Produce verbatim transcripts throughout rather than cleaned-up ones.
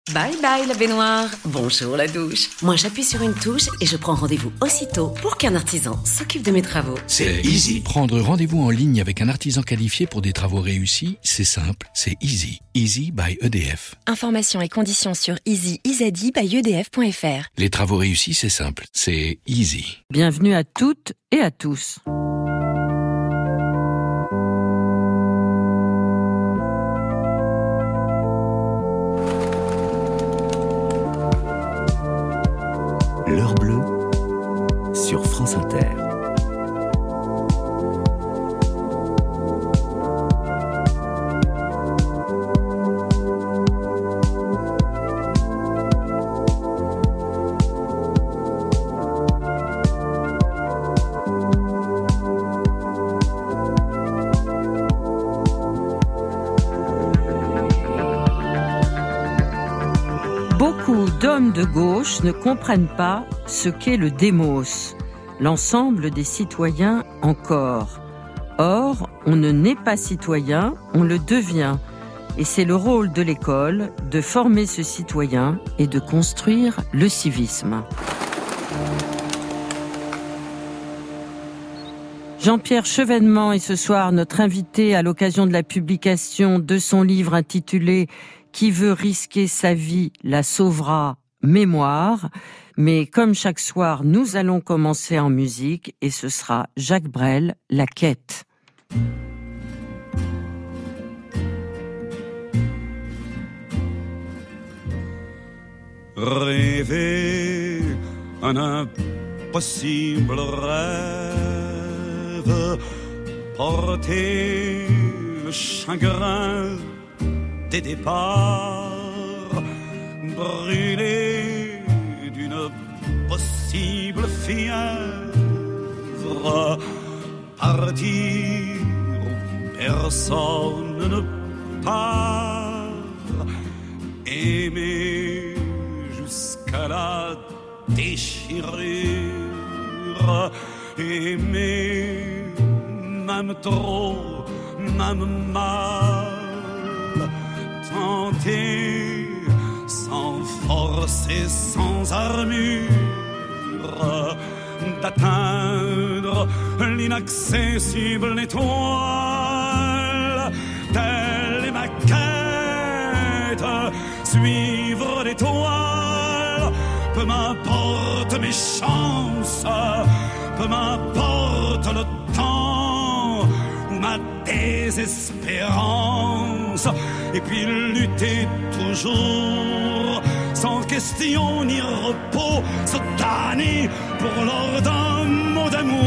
Bye bye la baignoire, bonjour la douche. Moi j'appuie sur une touche et je prends rendez-vous aussitôt pour qu'un artisan s'occupe de mes travaux. C'est easy. Prendre rendez-vous en ligne avec un artisan qualifié pour des travaux réussis, c'est simple, c'est easy. Easy by E D F. Informations et conditions sur easy easy by e d f point f r. Les travaux réussis, c'est simple, c'est easy. Bienvenue à toutes et à tous. L'heure bleue sur France Inter. Beaucoup d'hommes de gauche ne comprennent pas ce qu'est le démos, l'ensemble des citoyens encore. Or, on ne naît pas citoyen, on le devient. Et c'est le rôle de l'école de former ce citoyen et de construire le civisme. Jean-Pierre Chevènement est ce soir notre invité à l'occasion de la publication de son livre intitulé « Qui veut risquer sa vie la sauvera, mémoire ». Mais comme chaque soir, nous allons commencer en musique et ce sera Jacques Brel, La Quête. Rêver un impossible rêve, porter le chagrin des départs, brûler d'une possible fièvre, partir où personne ne part, aimer jusqu'à la déchirure, aimer même trop, même mal, tenter sans force et sans armure d'atteindre l'inaccessible étoile. Telle est ma quête, suivre l'étoile. Peu m'importe mes chances, peu m'importe le temps ou ma désespérance. Et puis lutter toujours, sans question ni repos, se damner pour l'or d'un mot d'amour.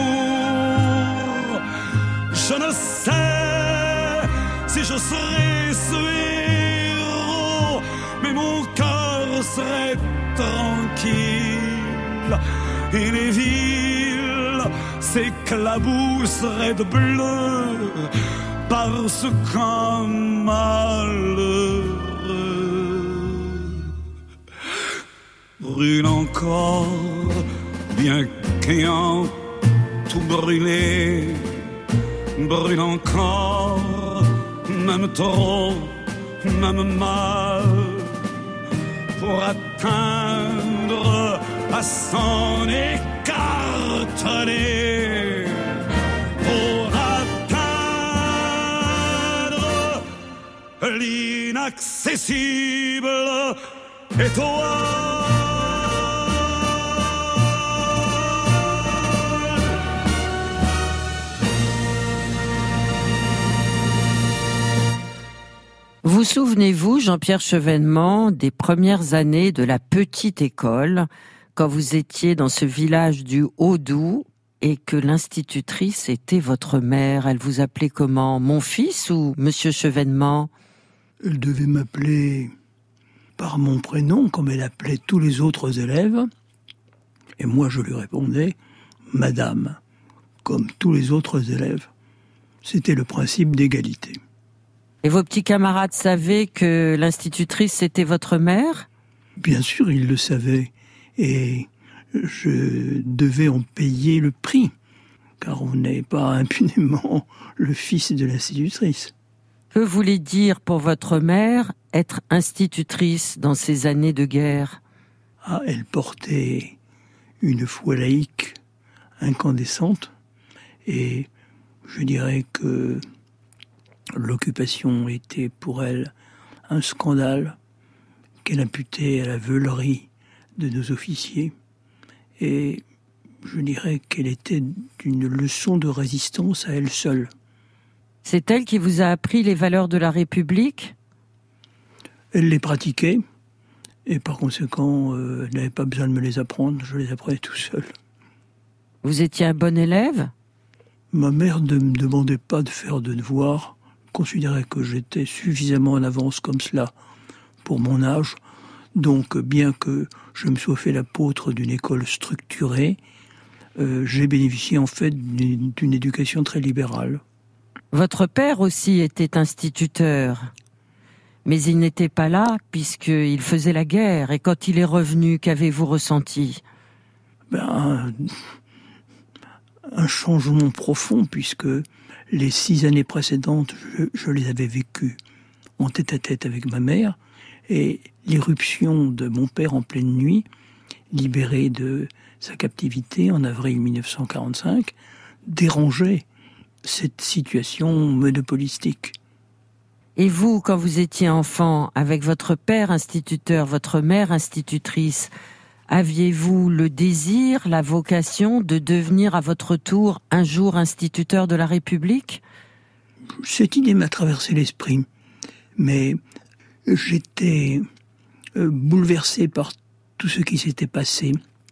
Je ne sais si je serai ce héros, mais mon cœur serait tranquille et les villes s'éclabousseraient de bleu parce qu'un malheureux brûle encore, bien qu'ayant tout brûlé, brûle encore, même trop, même mal, pour atteindre à s'en écarteler, pour atteindre l'inaccessible étoile. Vous souvenez-vous, Jean-Pierre Chevènement, des premières années de la petite école, quand vous étiez dans ce village du Haut-Doubs et que l'institutrice était votre mère? Elle vous appelait comment? Mon fils ou Monsieur Chevènement? Elle devait m'appeler par mon prénom, comme elle appelait tous les autres élèves. Et moi, je lui répondais « Madame », comme tous les autres élèves. C'était le principe d'égalité. Et vos petits camarades savaient que l'institutrice, c'était votre mère? Bien sûr, ils le savaient. Et je devais en payer le prix, car on n'est pas impunément le fils de l'institutrice. Que voulait dire pour votre mère être institutrice dans ces années de guerre ? Ah, elle portait une foi laïque incandescente et je dirais que l'occupation était pour elle un scandale qu'elle imputait à la veulerie de nos officiers et je dirais qu'elle était une leçon de résistance à elle seule. C'est elle qui vous a appris les valeurs de la République ? Elle les pratiquait et par conséquent, euh, elle n'avait pas besoin de me les apprendre, je les apprenais tout seul. Vous étiez un bon élève ? Ma mère ne me demandait pas de faire de devoirs, considérait que j'étais suffisamment en avance comme cela pour mon âge. Donc, bien que je me sois fait l'apôtre d'une école structurée, euh, j'ai bénéficié en fait d'une, d'une éducation très libérale. Votre père aussi était instituteur, mais il n'était pas là puisqu'il faisait la guerre. Et quand il est revenu, qu'avez-vous ressenti ? Ben, un changement profond, puisque les six années précédentes, je, je les avais vécues en tête-à-tête avec ma mère, et l'irruption de mon père en pleine nuit, libéré de sa captivité en avril dix-neuf cent quarante-cinq, dérangeait cette situation monopolistique. Et vous, quand vous étiez enfant, avec votre père instituteur, votre mère institutrice, aviez-vous le désir, la vocation de devenir à votre tour un jour instituteur de la République ? Cette idée m'a traversé l'esprit, mais j'étais bouleversé par tout ce qui s'était passé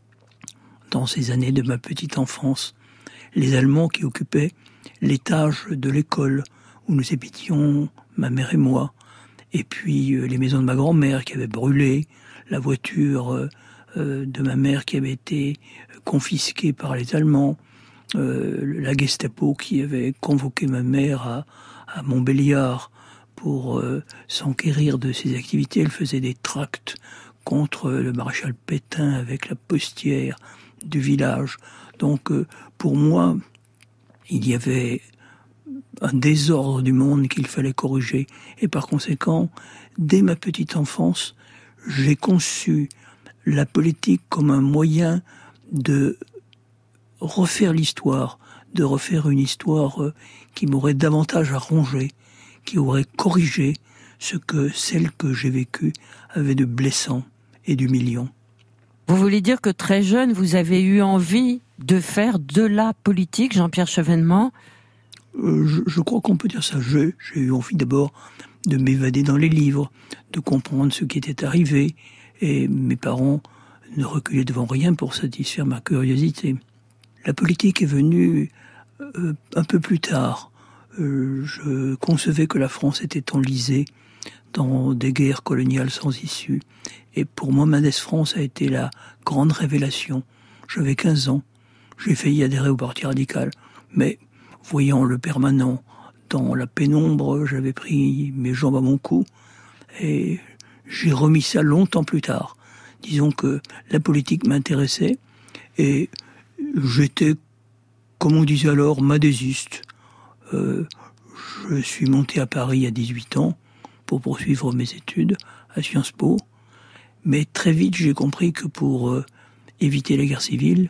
dans ces années de ma petite enfance. Les Allemands qui occupaient l'étage de l'école où nous habitions, ma mère et moi, et puis les maisons de ma grand-mère qui avaient brûlé, la voiture de ma mère qui avait été confisquée par les Allemands, euh, la Gestapo qui avait convoqué ma mère à, à Montbéliard pour euh, s'enquérir de ses activités. Elle faisait des tracts contre le maréchal Pétain avec la postière du village. Donc euh, pour moi, il y avait un désordre du monde qu'il fallait corriger. Et par conséquent, dès ma petite enfance, j'ai conçu la politique comme un moyen de refaire l'histoire, de refaire une histoire qui m'aurait davantage arrangé, qui aurait corrigé ce que celle que j'ai vécue avait de blessant et d'humiliant. Vous voulez dire que très jeune, vous avez eu envie de faire de la politique, Jean-Pierre Chevènement ? euh, je, je crois qu'on peut dire ça. Je, j'ai eu envie d'abord de m'évader dans les livres, de comprendre ce qui était arrivé, et mes parents ne reculaient devant rien pour satisfaire ma curiosité. La politique est venue euh, un peu plus tard. Euh, je concevais que la France était enlisée dans des guerres coloniales sans issue. Et pour moi, Mendès France a été la grande révélation. J'avais quinze ans. J'ai failli adhérer au Parti radical. Mais, voyant le permanent dans la pénombre, j'avais pris mes jambes à mon cou. Et j'ai remis ça longtemps plus tard. Disons que la politique m'intéressait. Et j'étais, comme on disait alors, madésiste. Euh, je suis monté à Paris à dix-huit ans pour poursuivre mes études à Sciences Po. Mais très vite, j'ai compris que pour euh, éviter la guerre civile,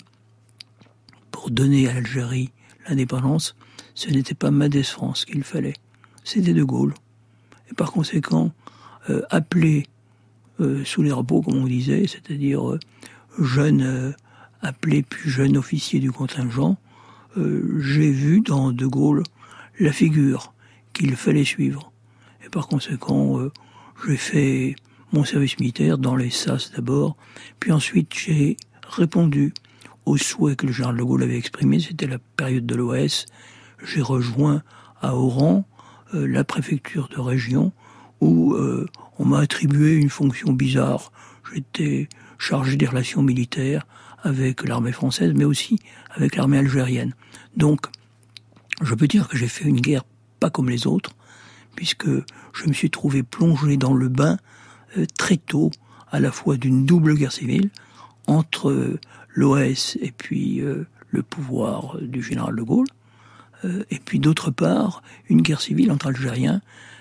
pour donner à l'Algérie l'indépendance, ce n'était pas Mendès France qu'il fallait, c'était De Gaulle. Et par conséquent, euh, appelé euh, sous les drapeaux, comme on disait, c'est-à-dire euh, jeune euh, appelé puis jeune officier du contingent, euh, j'ai vu dans De Gaulle la figure qu'il fallait suivre. Et par conséquent, euh, j'ai fait mon service militaire dans les S A S d'abord, puis ensuite j'ai répondu aux souhaits que le général de Gaulle avait exprimés. C'était la période de l'O A S. J'ai rejoint à Oran euh, la préfecture de région où euh, on m'a attribué une fonction bizarre. J'étais chargé des relations militaires avec l'armée française, mais aussi avec l'armée algérienne. Donc, je peux dire que j'ai fait une guerre pas comme les autres, puisque je me suis trouvé plongé dans le bain euh, très tôt, à la fois d'une double guerre civile, entre euh, l'O A S et puis euh, le pouvoir du général de Gaulle, euh, et puis d'autre part, une guerre civile entre Algériens,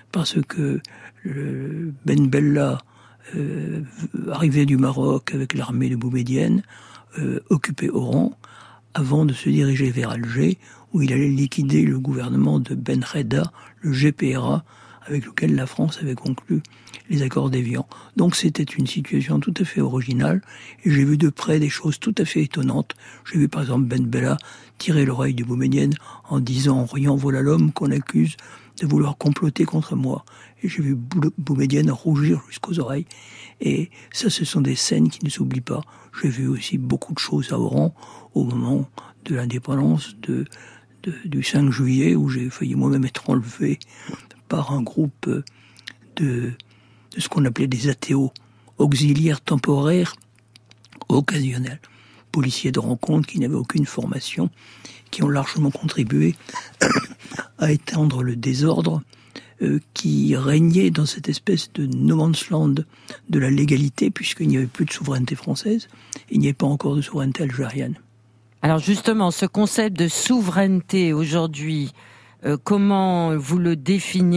parce que le Ben Bella euh, arrivait du Maroc avec l'armée de Boumedienne, euh, occupait Oran, avant de se diriger vers Alger, où il allait liquider le gouvernement de Ben Reda, le G P R A, avec lequel la France avait conclu les accords d'Évian. Donc c'était une situation tout à fait originale, et j'ai vu de près des choses tout à fait étonnantes. J'ai vu par exemple Ben Bella tirer l'oreille de Boumedienne en disant, en riant, voilà l'homme qu'on accuse de vouloir comploter contre moi. Et j'ai vu Boumedienne rougir jusqu'aux oreilles. Et ça, ce sont des scènes qui ne s'oublient pas. J'ai vu aussi beaucoup de choses à Oran au moment de l'indépendance de, de, du cinq juillet, où j'ai failli moi-même être enlevé par un groupe de, de ce qu'on appelait des A T O, auxiliaires temporaires occasionnels, policiers de rencontre qui n'avaient aucune formation, qui ont largement contribué à étendre le désordre euh, qui régnait dans cette espèce de no man's land de la légalité, puisqu'il n'y avait plus de souveraineté française, il n'y avait pas encore de souveraineté algérienne. Alors justement, ce concept de souveraineté aujourd'hui, euh, comment vous le définiriez ?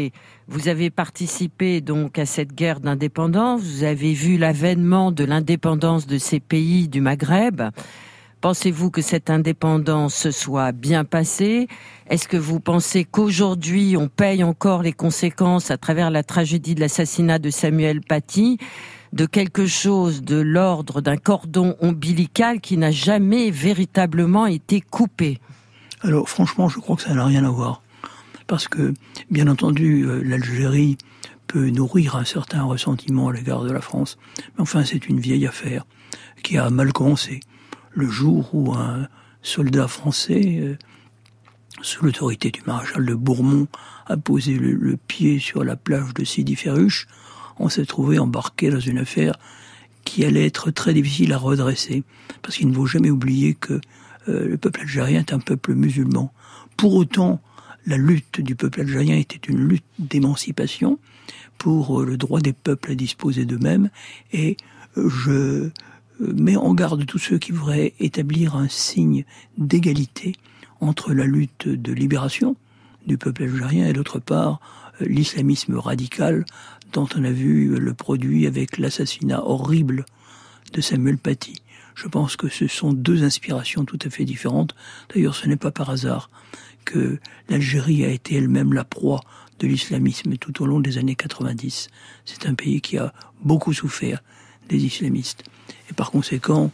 Vous avez participé donc à cette guerre d'indépendance, vous avez vu l'avènement de l'indépendance de ces pays du Maghreb. Pensez-vous que cette indépendance se soit bien passée ? Est-ce que vous pensez qu'aujourd'hui on paye encore les conséquences à travers la tragédie de l'assassinat de Samuel Paty, de quelque chose de l'ordre d'un cordon ombilical qui n'a jamais véritablement été coupé ? Alors franchement, je crois que ça n'a rien à voir. Parce que, bien entendu, l'Algérie peut nourrir un certain ressentiment à l'égard de la France. Mais enfin, c'est une vieille affaire qui a mal commencé. Le jour où un soldat français, euh, sous l'autorité du maréchal de Bourmont, a posé le, le pied sur la plage de Sidi Ferruche, on s'est trouvé embarqué dans une affaire qui allait être très difficile à redresser. Parce qu'il ne faut jamais oublier que euh, le peuple algérien est un peuple musulman. Pour autant, la lutte du peuple algérien était une lutte d'émancipation pour le droit des peuples à disposer d'eux-mêmes, et je mets en garde tous ceux qui voudraient établir un signe d'égalité entre la lutte de libération du peuple algérien et d'autre part l'islamisme radical dont on a vu le produit avec l'assassinat horrible de Samuel Paty. Je pense que ce sont deux inspirations tout à fait différentes. D'ailleurs, ce n'est pas par hasard que l'Algérie a été elle-même la proie de l'islamisme tout au long des années quatre-vingt-dix. C'est un pays qui a beaucoup souffert des islamistes. Et par conséquent,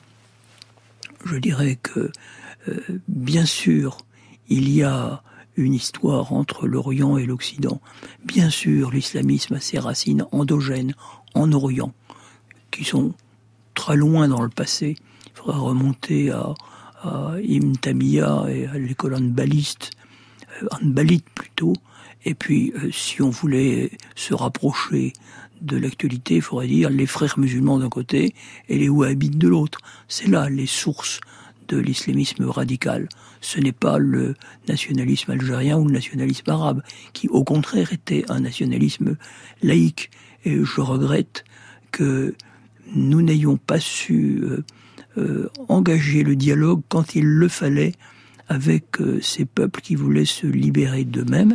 je dirais que, euh, bien sûr, il y a une histoire entre l'Orient et l'Occident. Bien sûr, l'islamisme a ses racines endogènes en Orient, qui sont très loin dans le passé. Il faudra remonter à, à Ibn Tamiya et à l'école hanbaliste, hanbalite plutôt. Et puis, euh, si on voulait se rapprocher de l'actualité, il faudrait dire les frères musulmans d'un côté et les wahhabites de l'autre. C'est là les sources de l'islamisme radical. Ce n'est pas le nationalisme algérien ou le nationalisme arabe, qui au contraire était un nationalisme laïque. Et je regrette que nous n'ayons pas su euh, euh, engager le dialogue quand il le fallait avec euh, ces peuples qui voulaient se libérer d'eux-mêmes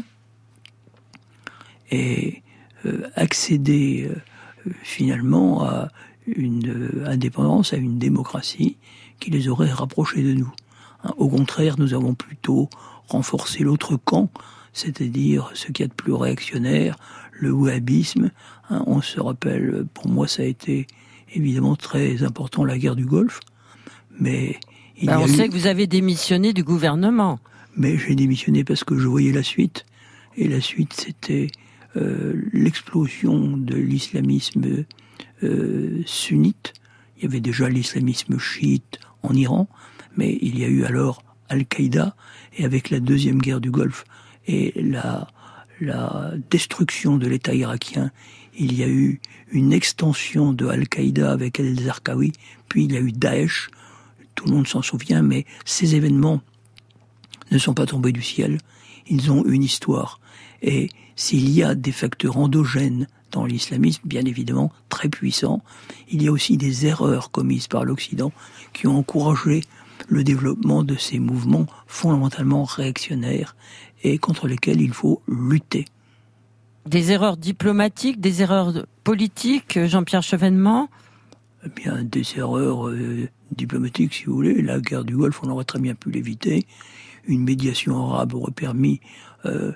et euh, accéder euh, finalement à une euh, indépendance, à une démocratie qui les aurait rapprochés de nous. Hein, au contraire, nous avons plutôt renforcé l'autre camp, c'est-à-dire ce qu'il y a de plus réactionnaire, le wahhabisme. Hein, on se rappelle, pour moi ça a été évidemment très important, la guerre du Golfe, mais il ben, y a on eu... sait que vous avez démissionné du gouvernement. Mais j'ai démissionné parce que je voyais la suite, et la suite c'était euh, l'explosion de l'islamisme euh, sunnite. Il y avait déjà l'islamisme chiite en Iran, mais il y a eu alors Al-Qaïda, et avec la deuxième guerre du Golfe et la, la destruction de l'État irakien, il y a eu une extension de Al-Qaïda avec Al-Zarqawi, puis il y a eu Daesh, tout le monde s'en souvient, mais ces événements ne sont pas tombés du ciel, ils ont une histoire. Et s'il y a des facteurs endogènes dans l'islamisme, bien évidemment, très puissants, il y a aussi des erreurs commises par l'Occident qui ont encouragé le développement de ces mouvements fondamentalement réactionnaires et contre lesquels il faut lutter. Des erreurs diplomatiques, des erreurs politiques, Jean-Pierre Chevènement ? Eh bien, des erreurs euh, diplomatiques, si vous voulez. La guerre du Golfe, on aurait très bien pu l'éviter. Une médiation arabe aurait permis euh,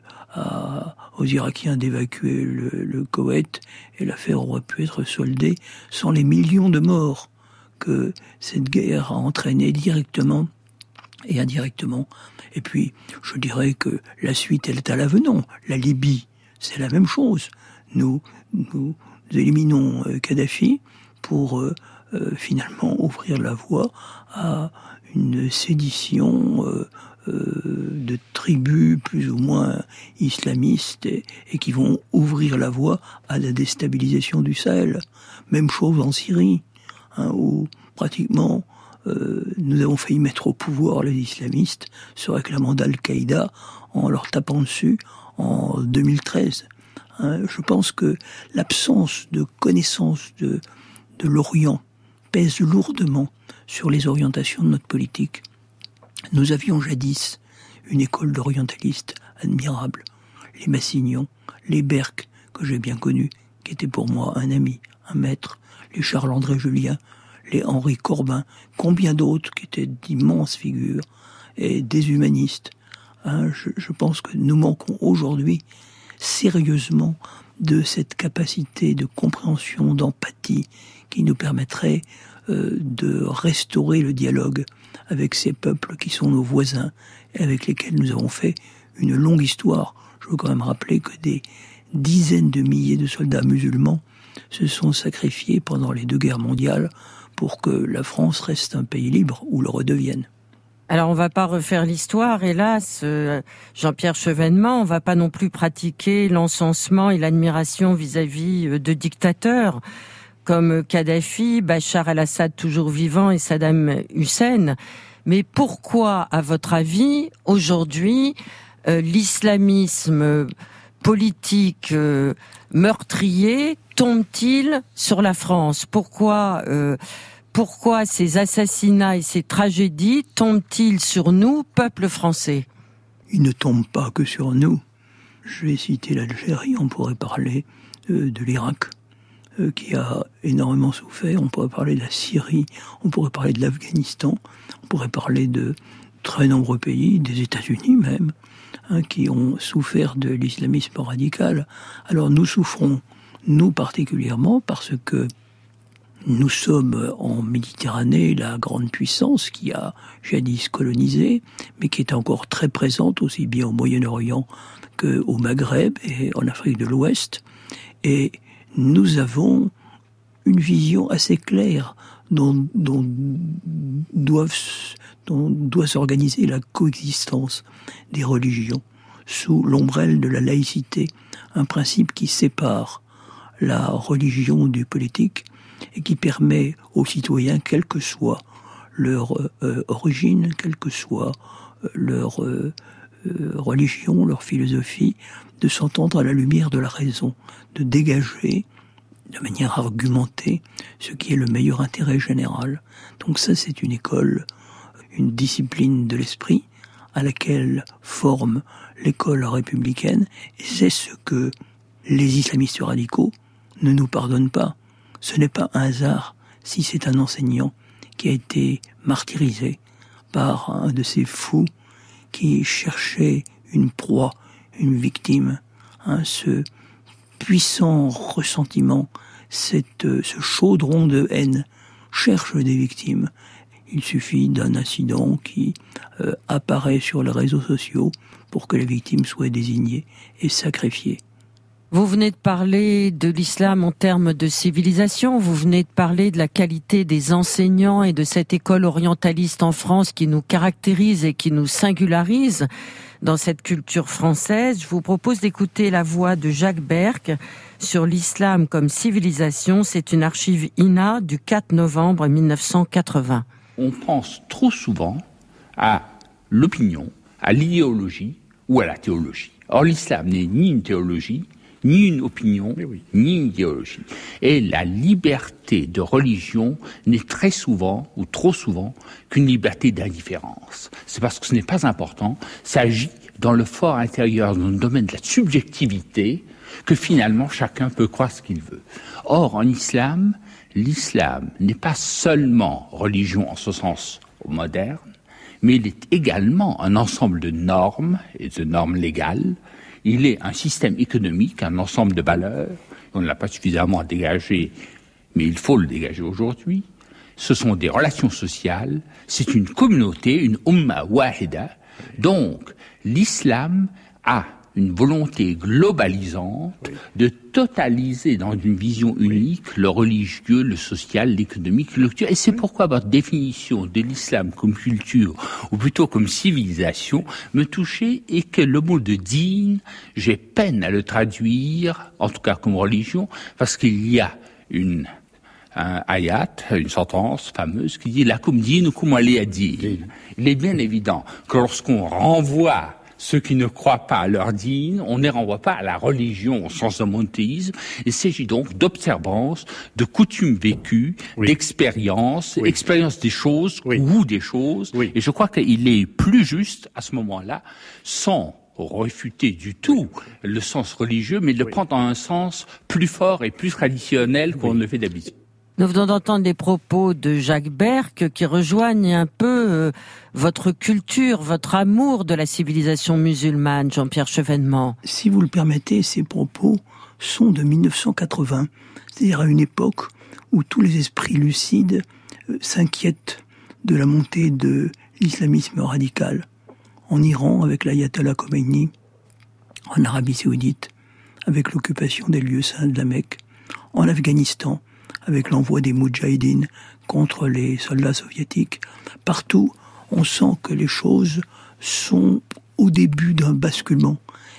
à, aux Irakiens d'évacuer le, le Koweït, et l'affaire aurait pu être soldée sans les millions de morts que cette guerre a entraîné directement et indirectement. Et puis, je dirais que la suite, elle est à l'avenant. La Libye, c'est la même chose. Nous, nous éliminons euh, Kadhafi pour euh, euh, finalement ouvrir la voie à une sédition euh, euh, de tribus plus ou moins islamistes et, et qui vont ouvrir la voie à la déstabilisation du Sahel. Même chose en Syrie, hein, où pratiquement euh, nous avons failli mettre au pouvoir les islamistes se réclamant d'Al-Qaïda en leur tapant dessus en deux mille treize. Hein, je pense que l'absence de connaissance de, de l'Orient pèse lourdement sur les orientations de notre politique. Nous avions jadis une école d'orientalistes admirable, les Massignon, les Berck, que j'ai bien connus, qui étaient pour moi un ami, un maître, les Charles-André Julien, les Henri Corbin, combien d'autres qui étaient d'immenses figures, et des humanistes. Hein, je, je pense que nous manquons aujourd'hui sérieusement de cette capacité de compréhension, d'empathie, qui nous permettrait euh, de restaurer le dialogue avec ces peuples qui sont nos voisins et avec lesquels nous avons fait une longue histoire. Je veux quand même rappeler que des dizaines de milliers de soldats musulmans se sont sacrifiés pendant les deux guerres mondiales pour que la France reste un pays libre ou le redevienne. Alors on va pas refaire l'histoire, hélas, euh, Jean-Pierre Chevènement, on va pas non plus pratiquer l'encensement et l'admiration vis-à-vis de dictateurs comme Kadhafi, Bachar el-Assad toujours vivant et Saddam Hussein. Mais pourquoi, à votre avis, aujourd'hui, euh, l'islamisme politique euh, meurtrier tombe-t-il sur la France ? Pourquoi euh, Pourquoi ces assassinats et ces tragédies tombent-ils sur nous, peuple français ? Ils ne tombent pas que sur nous. Je vais citer l'Algérie, on pourrait parler euh, de l'Irak, euh, qui a énormément souffert, on pourrait parler de la Syrie, on pourrait parler de l'Afghanistan, on pourrait parler de très nombreux pays, des États-Unis même, hein, qui ont souffert de l'islamisme radical. Alors nous souffrons, nous particulièrement, parce que nous sommes en Méditerranée, la grande puissance qui a jadis colonisé, mais qui est encore très présente aussi bien au Moyen-Orient qu'au Maghreb et en Afrique de l'Ouest. Et nous avons une vision assez claire dont, dont, doivent, dont doit s'organiser la coexistence des religions sous l'ombrelle de la laïcité, un principe qui sépare la religion du politique et qui permet aux citoyens, quelle que soit leur euh, origine, quelle que soit euh, leur euh, euh, religion, leur philosophie, de s'entendre à la lumière de la raison, de dégager de manière argumentée ce qui est le meilleur intérêt général. Donc ça, c'est une école, une discipline de l'esprit à laquelle forme l'école républicaine, et c'est ce que les islamistes radicaux ne nous pardonnent pas. Ce n'est pas un hasard si c'est un enseignant qui a été martyrisé par un de ces fous qui cherchait une proie, une victime, hein, ce puissant ressentiment, cette, ce chaudron de haine cherche des victimes. Il suffit d'un incident qui euh, apparaît sur les réseaux sociaux pour que la victime soit désignée et sacrifiée. Vous venez de parler de l'islam en termes de civilisation, vous venez de parler de la qualité des enseignants et de cette école orientaliste en France qui nous caractérise et qui nous singularise dans cette culture française. Je vous propose d'écouter la voix de Jacques Berck sur l'islam comme civilisation. C'est une archive I N A du quatre novembre mille neuf cent quatre-vingts. On pense trop souvent à l'opinion, à l'idéologie ou à la théologie. Or, l'islam n'est ni une théologie, ni une opinion, oui. ni une idéologie. Et la liberté de religion n'est très souvent, ou trop souvent, qu'une liberté d'indifférence. C'est parce que ce n'est pas important, ça agit dans le fort intérieur, dans le domaine de la subjectivité, que finalement chacun peut croire ce qu'il veut. Or, en islam, l'islam n'est pas seulement religion en ce sens moderne, mais il est également un ensemble de normes et de normes légales. Il est un système économique, un ensemble de valeurs. On ne l'a pas suffisamment dégagé, mais il faut le dégager aujourd'hui. Ce sont des relations sociales, c'est une communauté, une umma wahida. Donc, l'islam a une volonté globalisante oui. de totaliser dans une vision unique oui. le religieux, le social, l'économique, le culturel. Et c'est oui. pourquoi votre définition de l'islam comme culture, ou plutôt comme civilisation, me touchait, et que le mot de din, j'ai peine à le traduire, en tout cas comme religion, parce qu'il y a une un ayat, une sentence fameuse qui dit « Lakum dinukum waliya din ». Il est bien évident que lorsqu'on renvoie ceux qui ne croient pas à leur din, on ne les renvoie pas à la religion au sens de monothéisme. Il s'agit donc d'observance, de coutumes vécues, oui. d'expérience, oui. expérience des choses oui. ou des choses. Oui. Et je crois qu'il est plus juste à ce moment-là, sans refuter du tout oui. le sens religieux, mais de le oui. prendre dans un sens plus fort et plus traditionnel qu'on oui. ne le fait d'habitude. Nous venons d'entendre des propos de Jacques Berck qui rejoignent un peu euh, votre culture, votre amour de la civilisation musulmane, Jean-Pierre Chevènement. Si vous le permettez, ces propos sont de mille neuf cent quatre-vingts, c'est-à-dire à une époque où tous les esprits lucides euh, s'inquiètent de la montée de l'islamisme radical. En Iran, avec l'ayatollah Khomeini, en Arabie Saoudite, avec l'occupation des lieux saints de la Mecque, en Afghanistan, avec l'envoi des moudjahidines contre les soldats soviétiques. Partout, on sent que les choses sont au début d'un basculement.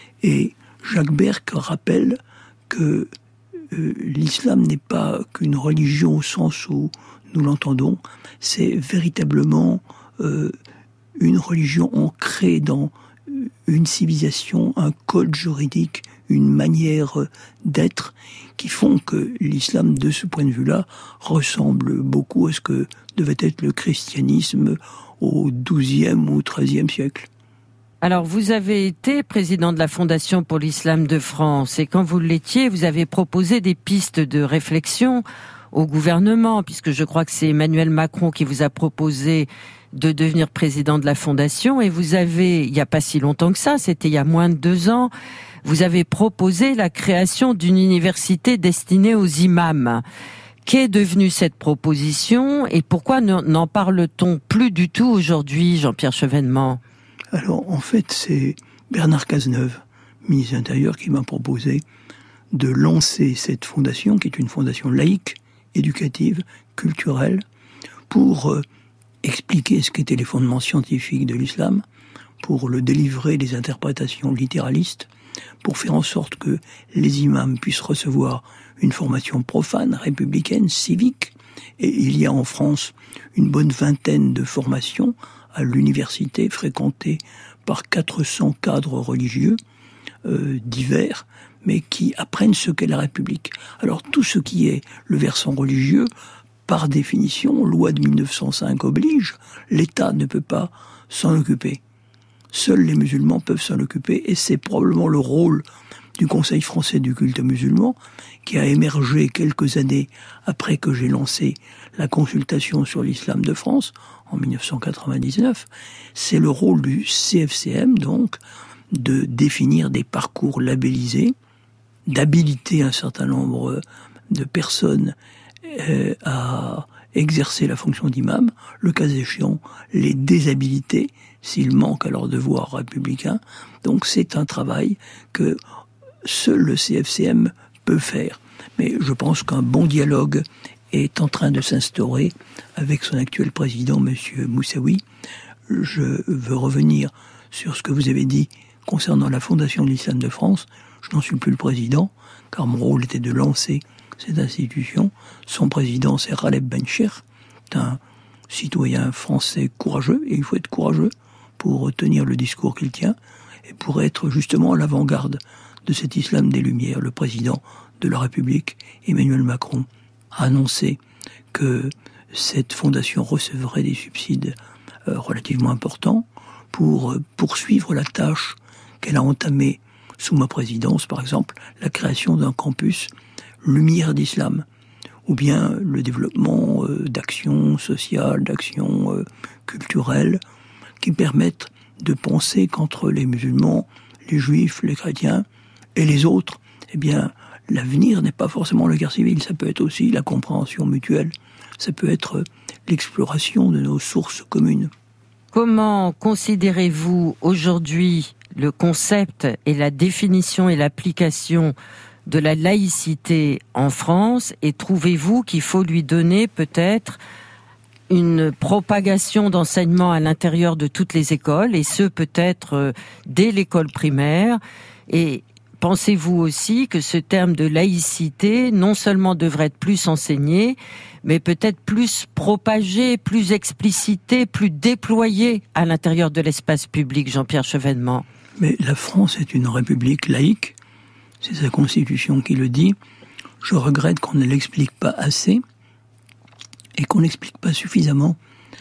Et Jacques Berck rappelle que euh, l'islam n'est pas qu'une religion au sens où nous l'entendons, c'est véritablement euh, une religion ancrée dans une civilisation, un code juridique, une manière d'être qui font que l'islam, de ce point de vue-là, ressemble beaucoup à ce que devait être le christianisme au douzième ou treizième siècle. Alors, vous avez été président de la Fondation pour l'Islam de France, et quand vous l'étiez, vous avez proposé des pistes de réflexion au gouvernement, puisque je crois que c'est Emmanuel Macron qui vous a proposé de devenir président de la Fondation, et vous avez, il n'y a pas si longtemps que ça, c'était il y a moins de deux ans, vous avez proposé la création d'une université destinée aux imams. Qu'est devenue cette proposition et pourquoi n'en parle-t-on plus du tout aujourd'hui, Jean-Pierre Chevènement ? Alors, en fait, c'est Bernard Cazeneuve, ministre de l'Intérieur, qui m'a proposé de lancer cette fondation, qui est une fondation laïque, éducative, culturelle, pour euh, expliquer ce qu'étaient les fondements scientifiques de l'islam, pour le délivrer des interprétations littéralistes, pour faire en sorte que les imams puissent recevoir une formation profane, républicaine, civique. Et il y a en France une bonne vingtaine de formations à l'université fréquentées par quatre cents cadres religieux euh, divers, mais qui apprennent ce qu'est la République. Alors tout ce qui est le versant religieux, par définition, loi de mille neuf cent cinq oblige, l'État ne peut pas s'en occuper. Seuls les musulmans peuvent s'en occuper, et c'est probablement le rôle du Conseil français du culte musulman, qui a émergé quelques années après que j'ai lancé la consultation sur l'islam de France, en mille neuf cent quatre-vingt-dix-neuf. C'est le rôle du C F C M, donc, de définir des parcours labellisés, d'habiliter un certain nombre de personnes euh, à exercer la fonction d'imam, le cas échéant, les déshabiliter s'ils manquent à leur devoir républicain. Donc c'est un travail que seul le C F C M peut faire. Mais je pense qu'un bon dialogue est en train de s'instaurer avec son actuel président, M. Moussaoui. Je veux revenir sur ce que vous avez dit concernant la Fondation de l'Islam de France. Je n'en suis plus le président, car mon rôle était de lancer cette institution. Son président, c'est Raleb Bencher, un citoyen français courageux, et il faut être courageux pour tenir le discours qu'il tient, et pour être justement à l'avant-garde de cet islam des Lumières. Le président de la République, Emmanuel Macron, a annoncé que cette fondation recevrait des subsides euh, relativement importants pour euh, poursuivre la tâche qu'elle a entamée sous ma présidence, par exemple, la création d'un campus Lumière d'Islam, ou bien le développement euh, d'actions sociales, d'actions euh, culturelles, qui permettent de penser qu'entre les musulmans, les juifs, les chrétiens et les autres, eh bien, l'avenir n'est pas forcément la guerre civile, ça peut être aussi la compréhension mutuelle, ça peut être l'exploration de nos sources communes. Comment considérez-vous aujourd'hui le concept et la définition et l'application de la laïcité en France, et trouvez-vous qu'il faut lui donner peut-être une propagation d'enseignement à l'intérieur de toutes les écoles, et ce peut-être dès l'école primaire? Et pensez-vous aussi que ce terme de laïcité non seulement devrait être plus enseigné, mais peut-être plus propagé, plus explicité, plus déployé à l'intérieur de l'espace public, Jean-Pierre Chevènement? Mais la France est une république laïque, c'est sa constitution qui le dit. Je regrette qu'on ne l'explique pas assez et qu'on n'explique pas suffisamment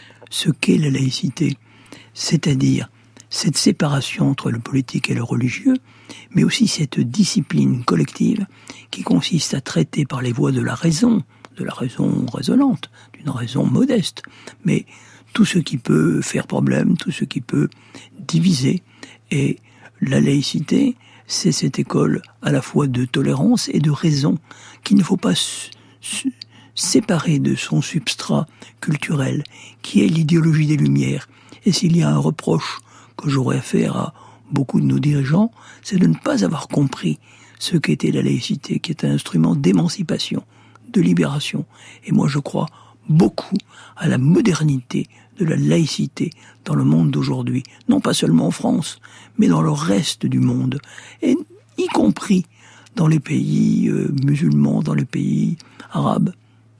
ce qu'est la laïcité, c'est-à-dire cette séparation entre le politique et le religieux, mais aussi cette discipline collective qui consiste à traiter par les voies de la raison, de la raison raisonnante, d'une raison modeste, mais tout ce qui peut faire problème, tout ce qui peut diviser. Et la laïcité, c'est cette école à la fois de tolérance et de raison qu'il ne faut pas s- s- séparer de son substrat culturel, qui est l'idéologie des Lumières. Et s'il y a un reproche que j'aurais à faire à beaucoup de nos dirigeants, c'est de ne pas avoir compris ce qu'était la laïcité, qui est un instrument d'émancipation, de libération. Et moi, je crois beaucoup à la modernité de la laïcité dans le monde d'aujourd'hui, non pas seulement en France, mais dans le reste du monde, et y compris dans les pays euh, musulmans, dans les pays arabes.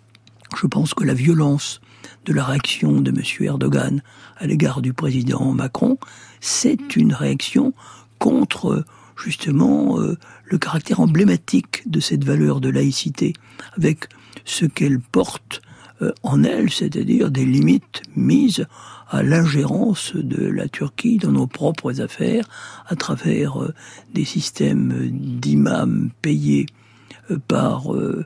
Je pense que la violence de la réaction de M. Erdogan à l'égard du président Macron, c'est une réaction contre, justement, euh, le caractère emblématique de cette valeur de laïcité, avec ce qu'elle porte euh, en elle, c'est-à-dire des limites mises à l'ingérence de la Turquie dans nos propres affaires, à travers euh, des systèmes d'imams payés euh, par euh,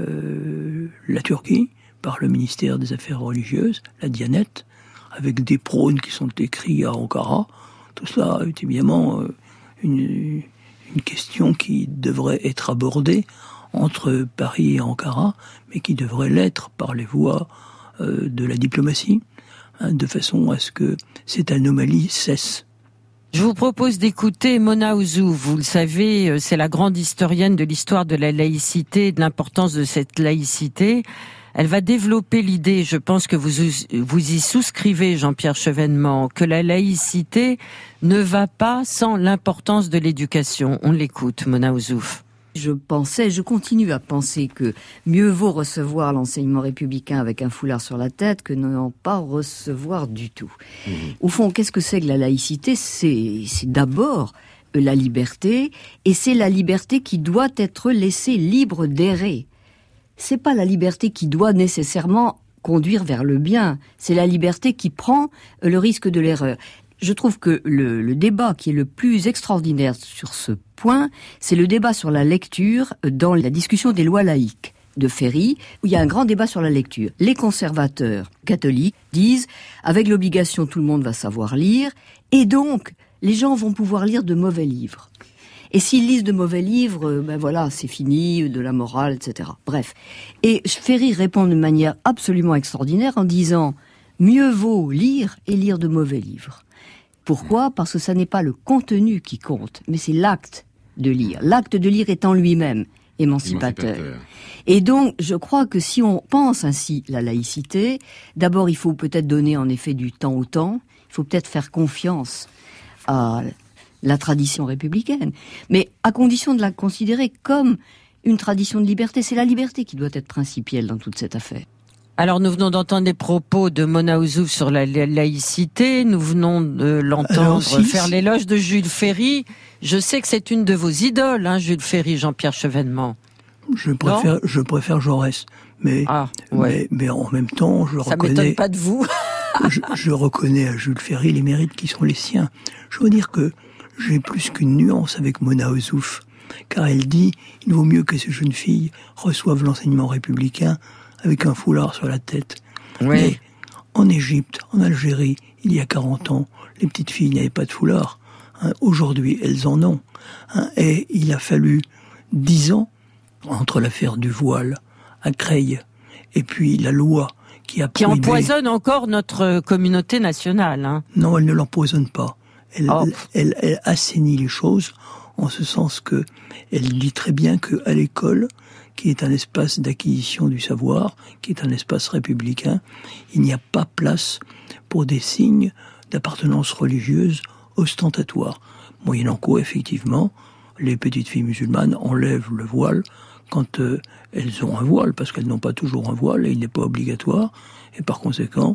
euh, la Turquie, par le ministère des Affaires religieuses, la Dianet, avec des prônes qui sont écrits à Ankara. Tout cela est évidemment euh, une, une question qui devrait être abordée entre Paris et Ankara, mais qui devrait l'être par les voies euh, de la diplomatie, hein, de façon à ce que cette anomalie cesse. Je vous propose d'écouter Mona Ozouf. Vous le savez, c'est la grande historienne de l'histoire de la laïcité et de l'importance de cette laïcité. Elle va développer l'idée, je pense que vous, vous y souscrivez, Jean-Pierre Chevènement, que la laïcité ne va pas sans l'importance de l'éducation. On l'écoute, Mona Ozouf. Je pensais, je continue à penser que mieux vaut recevoir l'enseignement républicain avec un foulard sur la tête que ne pas recevoir du tout. Mmh. Au fond, qu'est-ce que c'est que la laïcité ? C'est, c'est d'abord la liberté, et c'est la liberté qui doit être laissée libre d'errer. C'est pas la liberté qui doit nécessairement conduire vers le bien, c'est la liberté qui prend le risque de l'erreur. Je trouve que le, le débat qui est le plus extraordinaire sur ce point, c'est le débat sur la lecture dans la discussion des lois laïques de Ferry, où il y a un grand débat sur la lecture. Les conservateurs catholiques disent, avec l'obligation, tout le monde va savoir lire, et donc, les gens vont pouvoir lire de mauvais livres. Et s'ils lisent de mauvais livres, ben voilà, c'est fini, de la morale, et cetera. Bref. Et Ferry répond de manière absolument extraordinaire en disant, mieux vaut lire et lire de mauvais livres. Pourquoi ? Parce que ça n'est pas le contenu qui compte, mais c'est l'acte de lire. L'acte de lire est en lui-même émancipateur. émancipateur. Et donc, je crois que si on pense ainsi la laïcité, d'abord, il faut peut-être donner en effet du temps au temps. Il faut peut-être faire confiance à la tradition républicaine, mais à condition de la considérer comme une tradition de liberté. C'est la liberté qui doit être principielle dans toute cette affaire. Alors, nous venons d'entendre les propos de Mona Ozouf sur la laïcité. Nous venons de l'entendre Alors, si, faire si. l'éloge de Jules Ferry. Je sais que c'est une de vos idoles, hein, Jules Ferry, Jean-Pierre Chevènement. Je préfère, je préfère Jaurès. Mais, ah, ouais. mais, mais en même temps, je Ça reconnais... Ça m'étonne pas de vous. je, je reconnais à Jules Ferry les mérites qui sont les siens. Je veux dire que j'ai plus qu'une nuance avec Mona Ozouf, car elle dit « Il vaut mieux que ces jeunes filles reçoivent l'enseignement républicain avec un foulard sur la tête. Oui. » Mais en Égypte, en Algérie, il y a quarante ans, les petites filles n'avaient pas de foulard. Hein, aujourd'hui, elles en ont. Hein, et il a fallu dix ans entre l'affaire du voile à Creil et puis la loi qui a Qui prohibé... empoisonne encore notre communauté nationale. Hein. Non, elle ne l'empoisonne pas. Elle, Oh. elle, elle assainit les choses en ce sens que elle dit très bien qu'à l'école, qui est un espace d'acquisition du savoir, qui est un espace républicain, il n'y a pas place pour des signes d'appartenance religieuse ostentatoires. Moyennant quoi, effectivement, les petites filles musulmanes enlèvent le voile quand euh, elles ont un voile, parce qu'elles n'ont pas toujours un voile et il n'est pas obligatoire. Et par conséquent,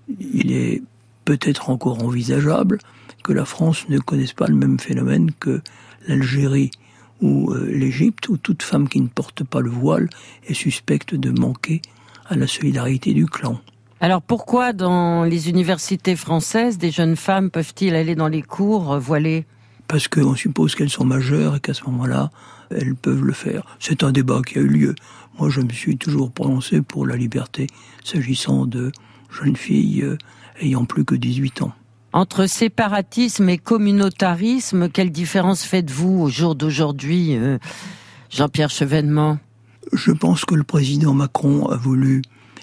il est peut-être encore envisageable que la France ne connaisse pas le même phénomène que l'Algérie ou euh, l'Égypte, où toute femme qui ne porte pas le voile est suspecte de manquer à la solidarité du clan. Alors pourquoi dans les universités françaises, des jeunes femmes peuvent-ils aller dans les cours voilées ? Parce qu'on suppose qu'elles sont majeures et qu'à ce moment-là, elles peuvent le faire. C'est un débat qui a eu lieu. Moi, je me suis toujours prononcé pour la liberté s'agissant de jeunes filles euh, ayant plus que dix-huit ans. Entre séparatisme et communautarisme, quelle différence faites-vous au jour d'aujourd'hui, euh, Jean-Pierre Chevènement ? Je pense que le président Macron a voulu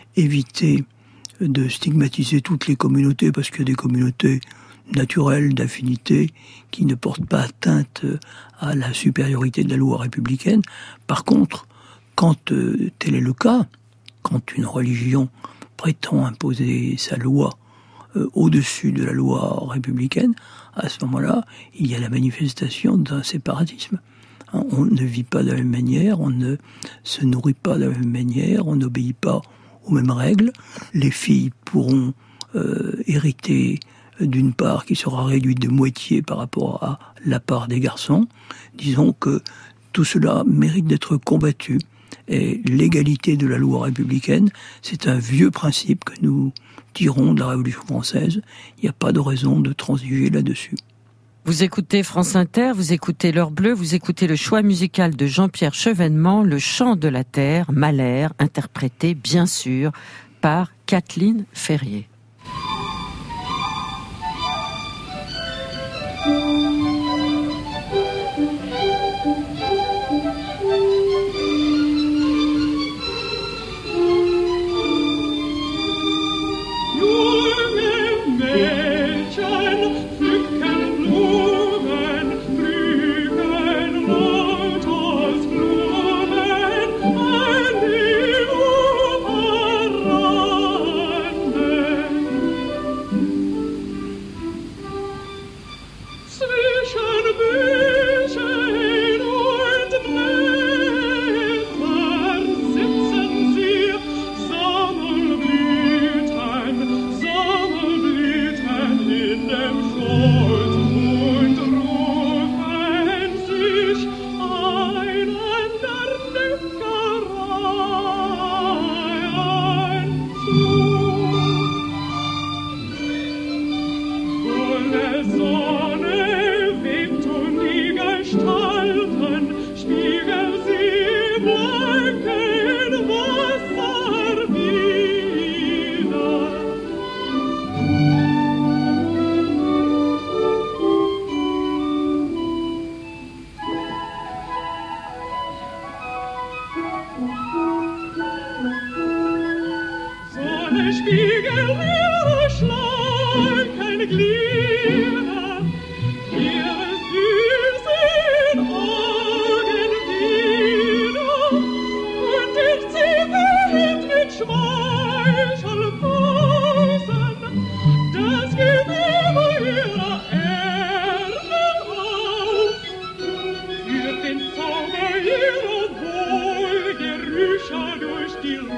éviter de stigmatiser toutes les communautés, parce qu'il y a des communautés naturelles, d'affinité, qui ne portent pas atteinte à la supériorité de la loi républicaine. Par contre, quand euh, tel est le cas, quand une religion prétend imposer sa loi euh, au-dessus de la loi républicaine, à ce moment-là, il y a la manifestation d'un séparatisme. Hein, on ne vit pas de la même manière, on ne se nourrit pas de la même manière, on n'obéit pas aux mêmes règles. Les filles pourront euh, hériter d'une part qui sera réduite de moitié par rapport à la part des garçons. Disons que tout cela mérite d'être combattu. Et l'égalité de la loi républicaine, c'est un vieux principe que nous tirons de la Révolution française. Il n'y a pas de raison de transiger là-dessus. Vous écoutez France Inter, vous écoutez L'Heure Bleue, vous écoutez le choix musical de Jean-Pierre Chevènement, Le Chant de la Terre, Mahler, interprété bien sûr par Kathleen Ferrier.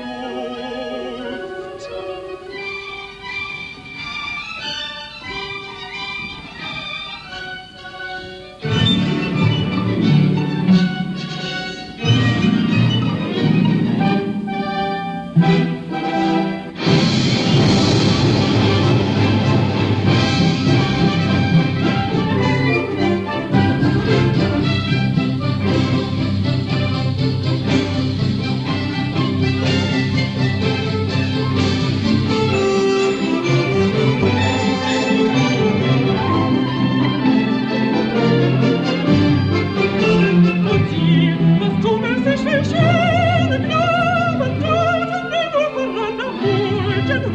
Durch die Luft.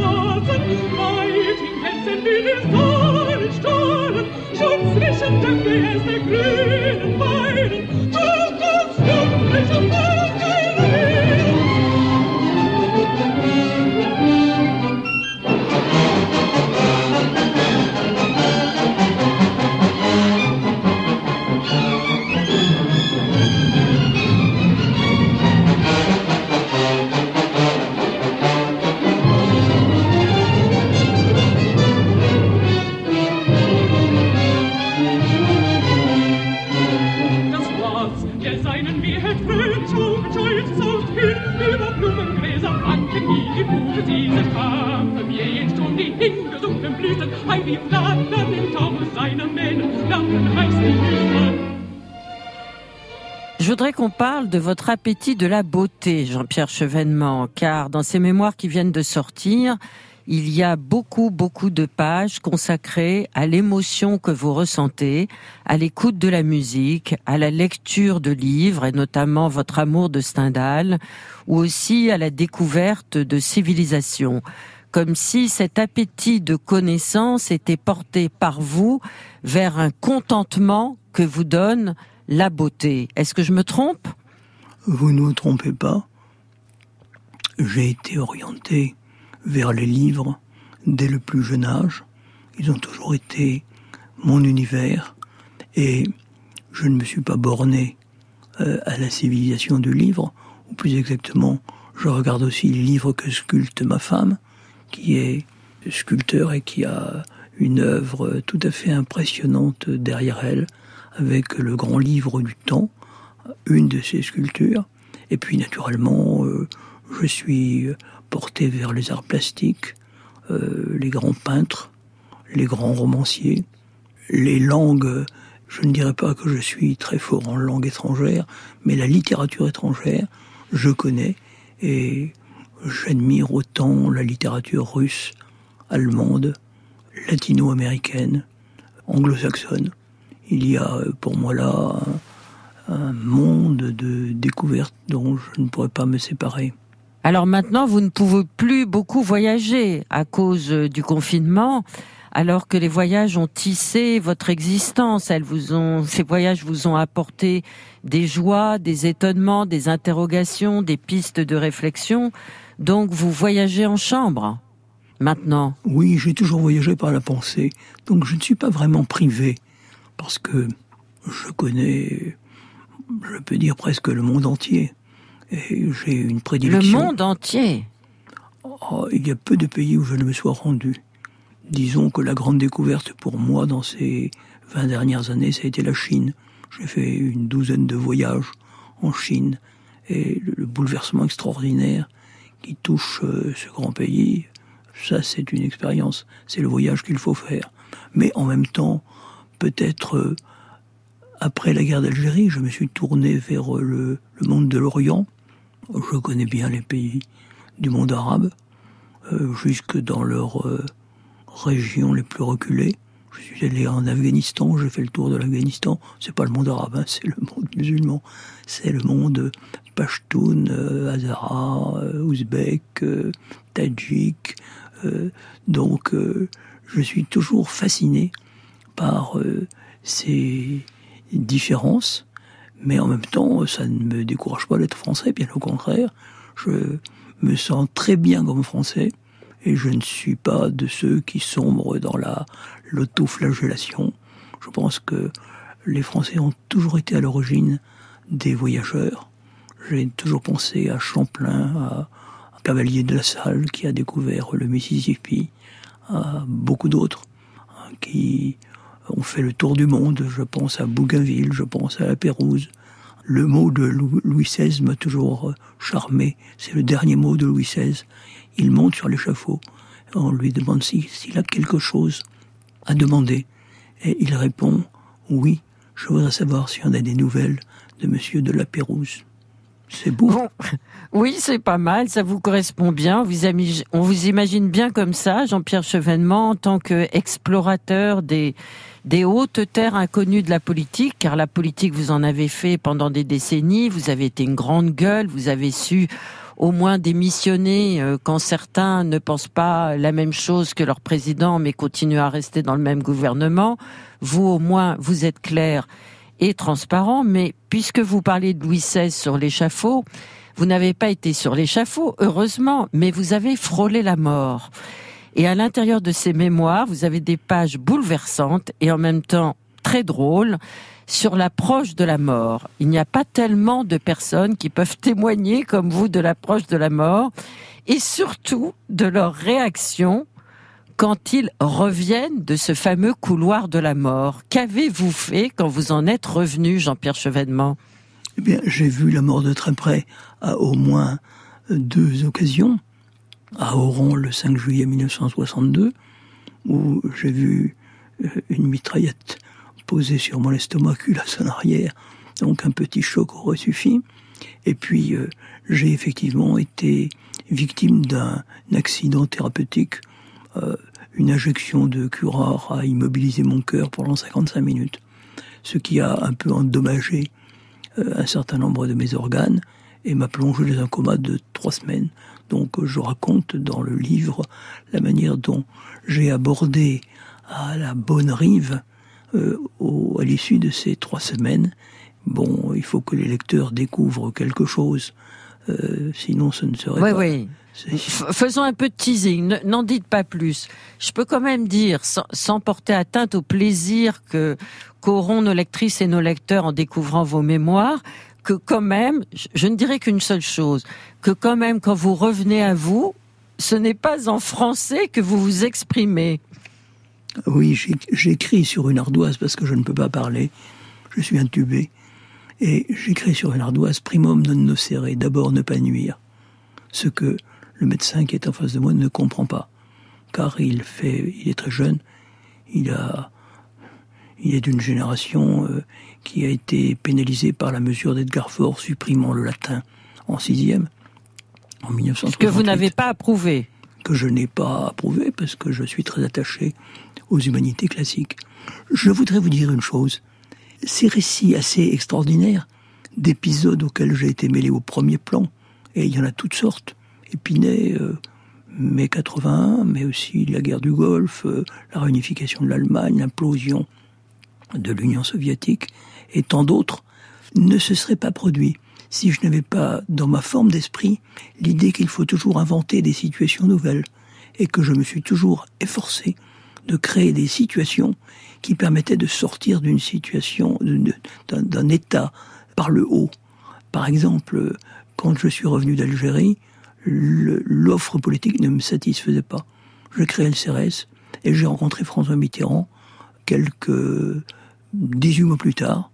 Straßen, weit in Hetzen wie die Sonne strahlen, schon zwischen dem Geäst der grünen Weiden, Zukunftsjungfrich und Je voudrais qu'on parle de votre appétit de la beauté, Jean-Pierre Chevènement, car dans ces mémoires qui viennent de sortir, il y a beaucoup, beaucoup de pages consacrées à l'émotion que vous ressentez, à l'écoute de la musique, à la lecture de livres, et notamment votre amour de Stendhal, ou aussi à la découverte de civilisations. Comme si cet appétit de connaissance était porté par vous vers un contentement que vous donne la beauté. Est-ce que je me trompe ? Vous ne vous trompez pas. J'ai été orienté vers les livres dès le plus jeune âge. Ils ont toujours été mon univers et je ne me suis pas borné euh, à la civilisation du livre, ou plus exactement, je regarde aussi les livres que sculpte ma femme, qui est sculpteur et qui a une œuvre tout à fait impressionnante derrière elle, avec le grand livre du temps, une de ses sculptures. Et puis naturellement, euh, je suis porté vers les arts plastiques, euh, les grands peintres, les grands romanciers, les langues. Je ne dirais pas que je suis très fort en langue étrangère, mais la littérature étrangère, je connais, et j'admire autant la littérature russe, allemande, latino-américaine, anglo-saxonne. Il y a pour moi là un, un monde de découvertes dont je ne pourrais pas me séparer. Alors maintenant, vous ne pouvez plus beaucoup voyager à cause du confinement, alors que les voyages ont tissé votre existence. Elles vous ont, ces voyages vous ont apporté des joies, des étonnements, des interrogations, des pistes de réflexion. Donc vous voyagez en chambre, maintenant. Oui, j'ai toujours voyagé par la pensée, donc je ne suis pas vraiment privé. Parce que je connais, je peux dire presque le monde entier. Et j'ai une prédilection. Le monde entier ? Oh, il y a peu de pays où je ne me sois rendu. Disons que la grande découverte pour moi dans ces vingt dernières années, ça a été la Chine. J'ai fait une douzaine de voyages en Chine. Et le, le bouleversement extraordinaire qui touche euh, ce grand pays, ça c'est une expérience. C'est le voyage qu'il faut faire. Mais en même temps, peut-être euh, après la guerre d'Algérie, je me suis tourné vers euh, le, le monde de l'Orient. Je connais bien les pays du monde arabe, euh, jusque dans leurs euh, régions les plus reculées. Je suis allé en Afghanistan, j'ai fait le tour de l'Afghanistan. C'est pas le monde arabe, hein, c'est le monde musulman. C'est le monde Pashtun, euh, Hazara, euh, Ouzbek, euh, Tadjik. Euh, donc, euh, je suis toujours fasciné par euh, ces différences, mais en même temps, ça ne me décourage pas d'être français, bien au contraire. Je me sens très bien comme français, et je ne suis pas de ceux qui sombrent dans la l'autoflagellation. Je pense que les Français ont toujours été à l'origine des voyageurs. J'ai toujours pensé à Champlain, à, à Cavalier de la Salle, qui a découvert le Mississippi, à beaucoup d'autres hein, qui ont fait le tour du monde. Je pense à Bougainville, je pense à la Pérouse. Le mot de Louis seize m'a toujours charmé. C'est le dernier mot de Louis seize. Il monte sur l'échafaud. On lui demande si, s'il a quelque chose à demander. Et il répond « Oui, je voudrais savoir si on a des nouvelles de Monsieur de la Pérouse. » C'est beau. Bon, oui, c'est pas mal, ça vous correspond bien. Vous ami- on vous imagine bien comme ça, Jean-Pierre Chevènement, en tant qu'explorateur des, des hautes terres inconnues de la politique, car la politique, vous en avez fait pendant des décennies, vous avez été une grande gueule, vous avez su au moins démissionner euh, quand certains ne pensent pas la même chose que leur président, mais continuent à rester dans le même gouvernement. Vous, au moins, vous êtes clair et transparent, mais puisque vous parlez de Louis seize sur l'échafaud, vous n'avez pas été sur l'échafaud, heureusement, mais vous avez frôlé la mort. Et à l'intérieur de ces mémoires, vous avez des pages bouleversantes et en même temps très drôles sur l'approche de la mort. Il n'y a pas tellement de personnes qui peuvent témoigner comme vous de l'approche de la mort et surtout de leur réaction quand ils reviennent de ce fameux couloir de la mort. Qu'avez-vous fait quand vous en êtes revenu, Jean-Pierre Chevènement ? Eh bien, j'ai vu la mort de très près à au moins deux occasions. À Oran, le cinq juillet mille neuf cent soixante-deux, où j'ai vu une mitraillette posée sur mon estomac, culasse en arrière, donc un petit choc aurait suffi. Et puis, euh, j'ai effectivement été victime d'un accident thérapeutique, euh, une injection de curare a immobilisé mon cœur pendant cinquante-cinq minutes, ce qui a un peu endommagé euh, un certain nombre de mes organes et m'a plongé dans un coma de trois semaines. Donc je raconte dans le livre la manière dont j'ai abordé à la bonne rive euh, au, à l'issue de ces trois semaines. Bon, il faut que les lecteurs découvrent quelque chose, euh, sinon ce ne serait oui, pas... Oui, oui. Faisons un peu de teasing, n'en dites pas plus. Je peux quand même dire, sans, sans porter atteinte au plaisir que qu'auront nos lectrices et nos lecteurs en découvrant vos mémoires, que quand même, je ne dirais qu'une seule chose, que quand même quand vous revenez à vous, ce n'est pas en français que vous vous exprimez. Oui, j'écris sur une ardoise parce que je ne peux pas parler, je suis intubé, et j'écris sur une ardoise « primum non nocere », d'abord ne pas nuire, ce que le médecin qui est en face de moi ne comprend pas, car il fait, il est très jeune, il a... Il est d'une génération euh, qui a été pénalisée par la mesure d'Edgar Faure supprimant le latin en sixième, en mille neuf cent soixante-huit. Que vous n'avez pas approuvé. Que je n'ai pas approuvé parce que je suis très attaché aux humanités classiques. Je voudrais vous dire une chose. Ces récits assez extraordinaires d'épisodes auxquels j'ai été mêlé au premier plan, et il y en a toutes sortes, Épinay, euh, mai quatre-vingt-un, mais aussi la guerre du Golfe, euh, la réunification de l'Allemagne, l'implosion de l'Union soviétique, et tant d'autres, ne se seraient pas produits si je n'avais pas, dans ma forme d'esprit, l'idée qu'il faut toujours inventer des situations nouvelles, et que je me suis toujours efforcé de créer des situations qui permettaient de sortir d'une situation, d'un, d'un état par le haut. Par exemple, quand je suis revenu d'Algérie, le, l'offre politique ne me satisfaisait pas. Je créais le C R S, et j'ai rencontré François Mitterrand quelques dix-huit mois plus tard,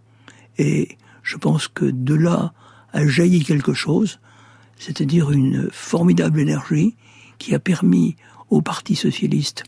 et je pense que de là a jailli quelque chose, c'est-à-dire une formidable énergie qui a permis au Parti socialiste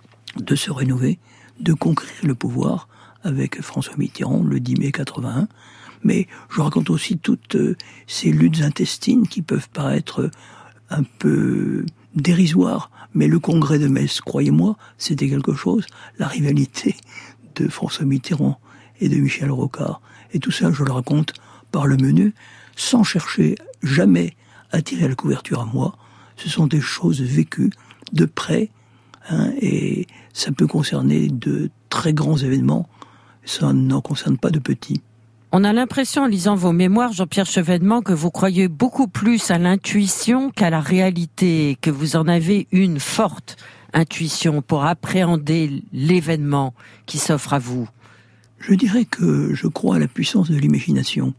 de se rénover, de conquérir le pouvoir avec François Mitterrand le dix mai quatre-vingt-un. Mais je raconte aussi toutes ces luttes intestines qui peuvent paraître un peu dérisoires, mais le congrès de Metz, croyez-moi, c'était quelque chose, la rivalité de François Mitterrand et de Michel Rocard. Et tout ça, je le raconte par le menu, sans chercher jamais à tirer la couverture à moi. Ce sont des choses vécues de près, hein, et ça peut concerner de très grands événements, ça n'en concerne pas de petits. On a l'impression, en lisant vos mémoires, Jean-Pierre Chevènement, que vous croyez beaucoup plus à l'intuition qu'à la réalité, que vous en avez une forte intuition pour appréhender l'événement qui s'offre à vous. Je dirais que je crois à la puissance de l'imagination.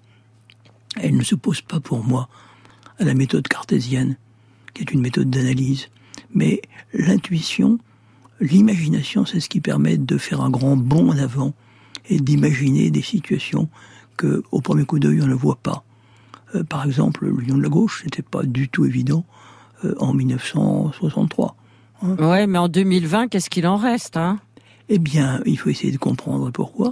Elle ne se pose pas pour moi à la méthode cartésienne, qui est une méthode d'analyse. Mais l'intuition, l'imagination, c'est ce qui permet de faire un grand bond en avant et d'imaginer des situations que, au premier coup d'œil, on ne voit pas. Euh, par exemple, l'Union de la gauche, c'était pas du tout évident euh, en mille neuf cent soixante-trois. Hein. Ouais, mais en deux mille vingt, qu'est-ce qu'il en reste, hein ? Eh bien, il faut essayer de comprendre pourquoi.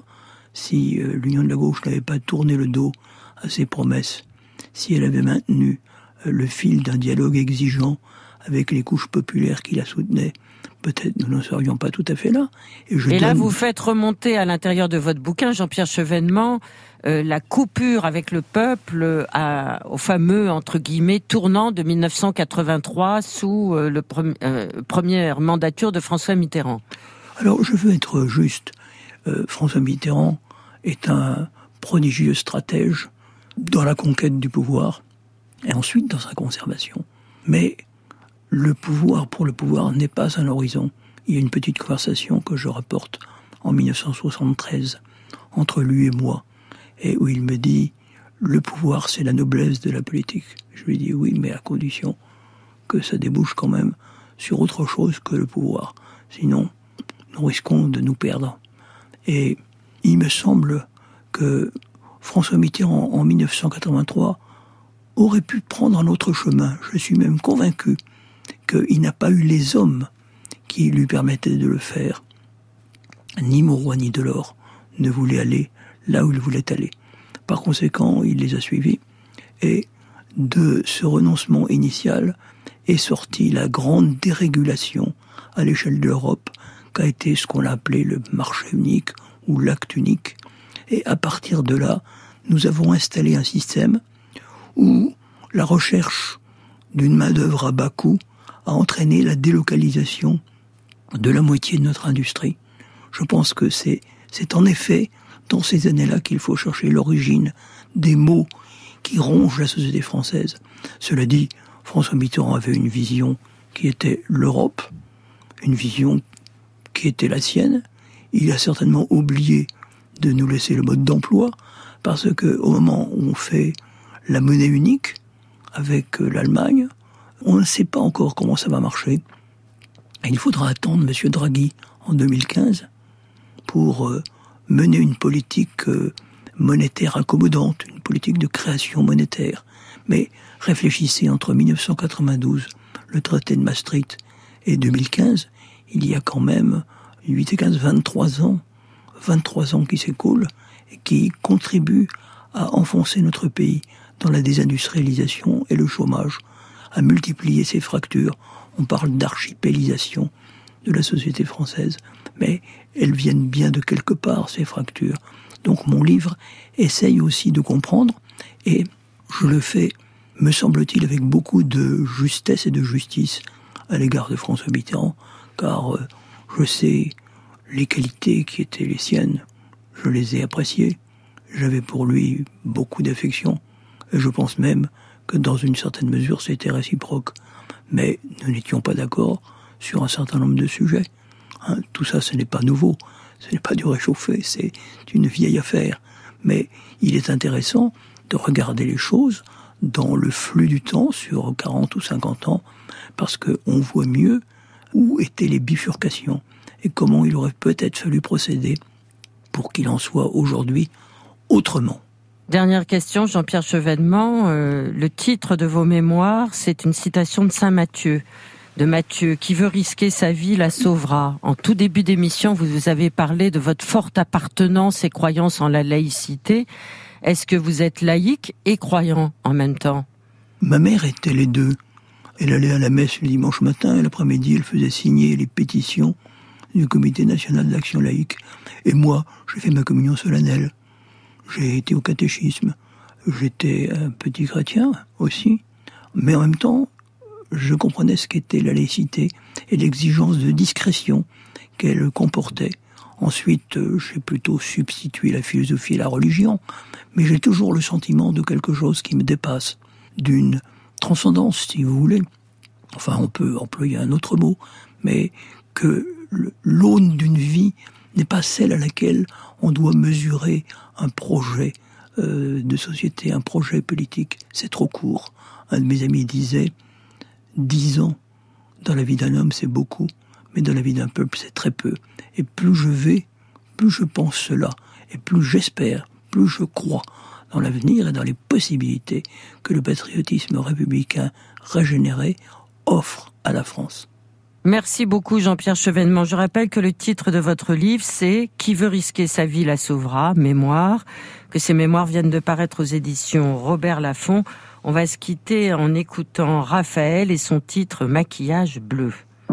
Si euh, l'Union de la gauche n'avait pas tourné le dos à ses promesses, si elle avait maintenu euh, le fil d'un dialogue exigeant avec les couches populaires qui la soutenaient, peut-être nous n'en serions pas tout à fait là. Et, je Et donne... là, vous faites remonter à l'intérieur de votre bouquin, Jean-Pierre Chevènement, euh, la coupure avec le peuple à, au fameux, entre guillemets, tournant de mille neuf cent quatre-vingt-trois sous euh, le pre- euh, première mandature de François Mitterrand. Alors, je veux être juste. Euh, François Mitterrand est un prodigieux stratège dans la conquête du pouvoir et ensuite dans sa conservation. Mais le pouvoir pour le pouvoir n'est pas un horizon. Il y a une petite conversation que je rapporte en dix-neuf cent soixante-treize entre lui et moi, et où il me dit « Le pouvoir, c'est la noblesse de la politique ». Je lui dis « Oui, mais à condition que ça débouche quand même sur autre chose que le pouvoir. Sinon, nous risquons de nous perdre. » Et il me semble que François Mitterrand, en dix-neuf cent quatre-vingt-trois, aurait pu prendre un autre chemin. Je suis même convaincu qu'il n'a pas eu les hommes qui lui permettaient de le faire. Ni Mauroy ni Delors ne voulaient aller là où il voulait aller. Par conséquent, il les a suivis. Et de ce renoncement initial est sortie la grande dérégulation à l'échelle de l'Europe, qu'a été ce qu'on a appelé le marché unique ou l'acte unique. Et à partir de là, nous avons installé un système où la recherche d'une main-d'œuvre à bas coût a entraîné la délocalisation de la moitié de notre industrie. Je pense que c'est, c'est en effet dans ces années-là qu'il faut chercher l'origine des maux qui rongent la société française. Cela dit, François Mitterrand avait une vision qui était l'Europe, une vision qui était la sienne. Il a certainement oublié de nous laisser le mode d'emploi, parce que au moment où on fait la monnaie unique avec l'Allemagne, on ne sait pas encore comment ça va marcher. Et il faudra attendre M. Draghi en deux mille quinze pour euh, mener une politique euh, monétaire accommodante, une politique de création monétaire. Mais réfléchissez, entre dix-neuf cent quatre-vingt-douze, le traité de Maastricht, et deux mille quinze, il y a quand même huit et quinze, vingt-trois ans, vingt-trois ans qui s'écoulent et qui contribuent à enfoncer notre pays dans la désindustrialisation et le chômage, à multiplier ces fractures. On parle d'archipélisation de la société française, mais elles viennent bien de quelque part, ces fractures. Donc mon livre essaye aussi de comprendre, et je le fais, me semble-t-il, avec beaucoup de justesse et de justice à l'égard de François Mitterrand, car euh, je sais les qualités qui étaient les siennes, je les ai appréciées, j'avais pour lui beaucoup d'affection, et je pense même que dans une certaine mesure c'était réciproque. Mais nous n'étions pas d'accord sur un certain nombre de sujets. Hein, tout ça, ce n'est pas nouveau, ce n'est pas du réchauffé, c'est une vieille affaire. Mais il est intéressant de regarder les choses dans le flux du temps, sur quarante ou cinquante ans, parce qu'on voit mieux où étaient les bifurcations et comment il aurait peut-être fallu procéder pour qu'il en soit aujourd'hui autrement. Dernière question, Jean-Pierre Chevènement. Euh, le titre de vos mémoires, c'est une citation de saint Matthieu. De Matthieu, qui veut risquer sa vie la sauvera. En tout début d'émission, vous avez parlé de votre forte appartenance et croyance en la laïcité. Est-ce que vous êtes laïque et croyant en même temps ? Ma mère était les deux. Elle allait à la messe le dimanche matin et l'après-midi, elle faisait signer les pétitions du Comité national d'action laïque. Et moi, j'ai fait ma communion solennelle. J'ai été au catéchisme. J'étais un petit chrétien aussi. Mais en même temps, je comprenais ce qu'était la laïcité et l'exigence de discrétion qu'elle comportait. Ensuite, j'ai plutôt substitué la philosophie et la religion, mais j'ai toujours le sentiment de quelque chose qui me dépasse, d'une transcendance, si vous voulez. Enfin, on peut employer un autre mot, mais que l'aune d'une vie n'est pas celle à laquelle on doit mesurer un projet euh, de société, un projet politique. C'est trop court. Un de mes amis disait « Dix ans dans la vie d'un homme, c'est beaucoup, mais dans la vie d'un peuple, c'est très peu. Et plus je vais, plus je pense cela, et plus j'espère, plus je crois dans l'avenir et dans les possibilités que le patriotisme républicain régénéré offre à la France. » Merci beaucoup Jean-Pierre Chevènement. Je rappelle que le titre de votre livre, c'est « Qui veut risquer sa vie la sauvera », mémoire, que ces mémoires viennent de paraître aux éditions Robert Laffont. On va se quitter en écoutant Raphaël et son titre Maquillage bleu.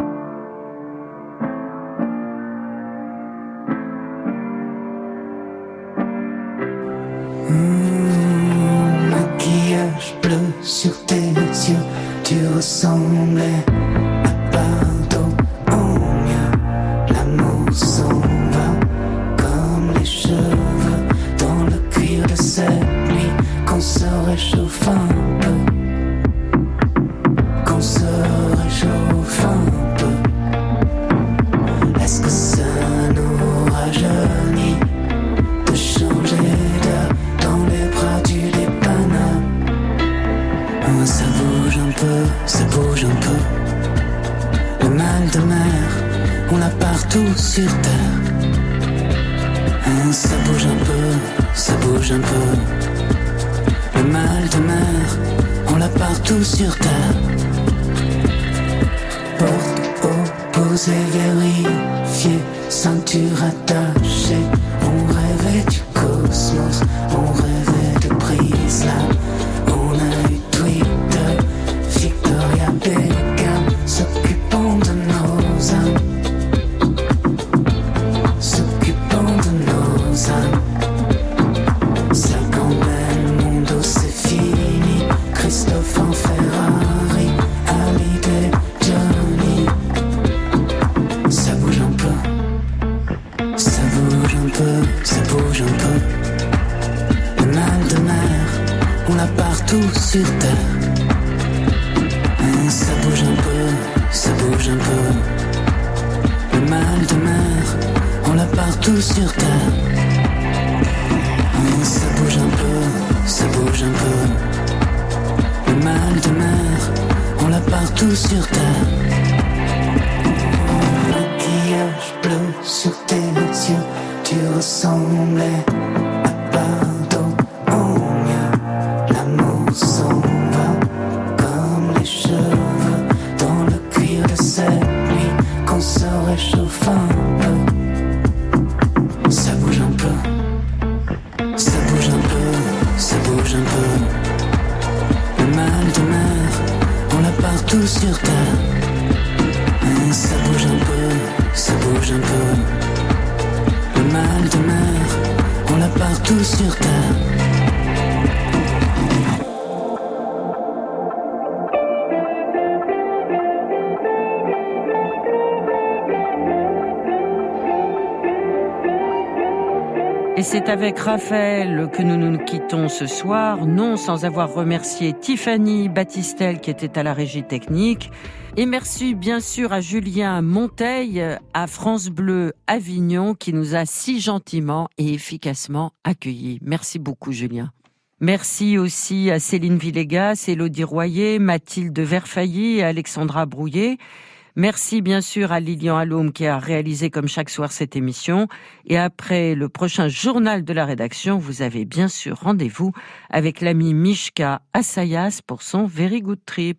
Mmh, maquillage bleu sur tes yeux, tu ressemblais à Pardo en mieux. L'amour s'en va comme les cheveux dans le cuir de cette nuit. Qu'on se réchauffe un peu, qu'on se réchauffe un peu. Est-ce que ça nous rajeunit de changer d'heure dans les bras du dépanneur? Oh, ça bouge un peu, ça bouge un peu. Le mal de mer, on l'a partout sur terre. Oh, ça bouge un peu, ça bouge un peu. Le mal de mer, on l'a partout sur terre. Porte opposée vérifiée, ceinture attachée. On rêvait du cosmos, on rêvait de brise là. On a eu Twitter, Victoria Beckham, s'occupant de nos âmes, s'occupant de nos âmes. Ça quand même, mon dos c'est fini. Christophe en Ferrari, Hallyday, Johnny. Ça bouge un peu, ça bouge un peu, ça bouge un peu. Le mal de mer, on l'a partout sur terre. Hein, ça bouge un peu, ça bouge un peu. Le mal de mer, on l'a partout sur terre. Hein, ça bouge un peu, ça bouge un peu. Le mal de mer, on l'a partout sur terre. Maquillage bleu sur tes yeux, tu ressemblais à Pardo en mieux. L'amour s'en va comme les cheveux dans le cuir de cette nuit. Qu'on se réchauffe un peu, ça bouge un peu, ça bouge un peu, ça bouge un peu. Le mal de mer, on l'a partout sur terre. Hein, ça bouge un peu, ça bouge un peu. Le mal de mer, on l'a partout sur terre. Et c'est avec Raphaël que nous nous quittons ce soir, non sans avoir remercié Tiffany Battistel qui était à la régie technique. Et merci bien sûr à Julien Monteil, à France Bleu Avignon, qui nous a si gentiment et efficacement accueillis. Merci beaucoup Julien. Merci aussi à Céline Villegas, Élodie Royer, Mathilde Verfailly et Alexandra Brouillet. Merci bien sûr à Lilian Allôme qui a réalisé comme chaque soir cette émission. Et après le prochain journal de la rédaction, vous avez bien sûr rendez-vous avec l'ami Mishka Assayas pour son Very Good Trip.